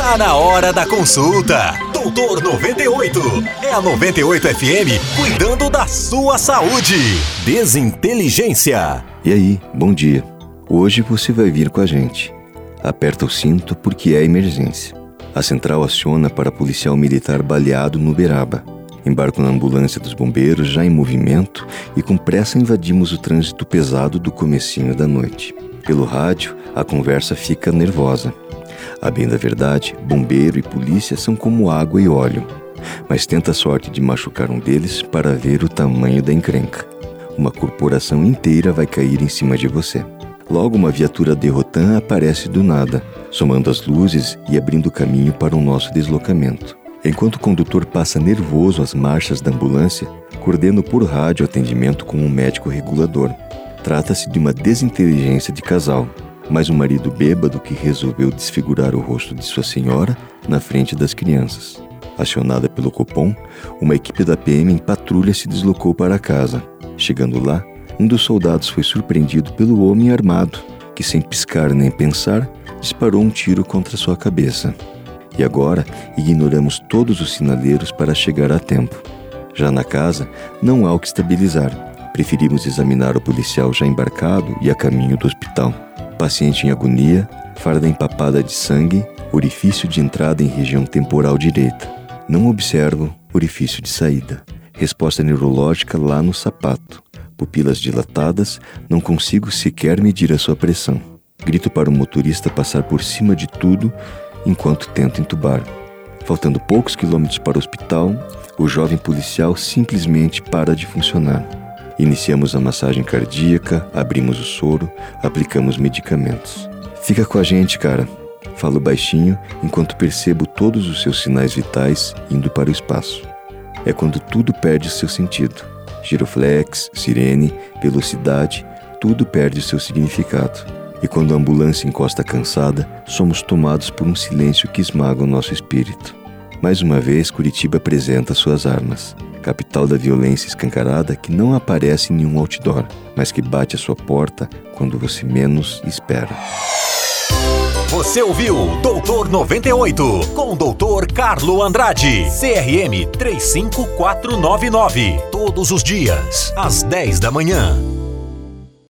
Tá na hora da consulta. Doutor 98. É a 98 FM cuidando da sua saúde. Desinteligência. E aí, bom dia. Hoje você vai vir com a gente. Aperta o cinto porque é emergência. A central aciona para policial militar baleado no Uberaba. Embarco na ambulância dos bombeiros já em movimento e com pressa invadimos o trânsito pesado do comecinho da noite. Pelo rádio, a conversa fica nervosa. A bem da verdade, bombeiro e polícia são como água e óleo. Mas tenta a sorte de machucar um deles para ver o tamanho da encrenca. Uma corporação inteira vai cair em cima de você. Logo uma viatura de Rotan aparece do nada, somando as luzes e abrindo caminho para o nosso deslocamento. Enquanto o condutor passa nervoso as marchas da ambulância, coordeno por rádio atendimento com um médico regulador. Trata-se de uma desinteligência de casal, mas um marido bêbado que resolveu desfigurar o rosto de sua senhora na frente das crianças. Acionada pelo Copom, uma equipe da PM em patrulha se deslocou para casa. Chegando lá, um dos soldados foi surpreendido pelo homem armado, que sem piscar nem pensar, disparou um tiro contra sua cabeça. E agora, ignoramos todos os sinaleiros para chegar a tempo. Já na casa, não há o que estabilizar. Preferimos examinar o policial já embarcado e a caminho do hospital. Paciente em agonia, farda empapada de sangue, orifício de entrada em região temporal direita. Não observo orifício de saída. Resposta neurológica lá no sapato. Pupilas dilatadas, não consigo sequer medir a sua pressão. Grito para o motorista passar por cima de tudo enquanto tento entubar. Faltando poucos quilômetros para o hospital, o jovem policial simplesmente para de funcionar. Iniciamos a massagem cardíaca, abrimos o soro, aplicamos medicamentos. Fica com a gente, cara. Falo baixinho enquanto percebo todos os seus sinais vitais indo para o espaço. É quando tudo perde seu sentido. Giroflex, sirene, velocidade, tudo perde seu significado. E quando a ambulância encosta cansada, somos tomados por um silêncio que esmaga o nosso espírito. Mais uma vez, Curitiba apresenta suas armas. Capital da violência escancarada que não aparece em nenhum outdoor, mas que bate à sua porta quando você menos espera. Você ouviu Doutor 98 com o Dr. Carlo Andrade, CRM 35499. Todos os dias, às 10 da manhã.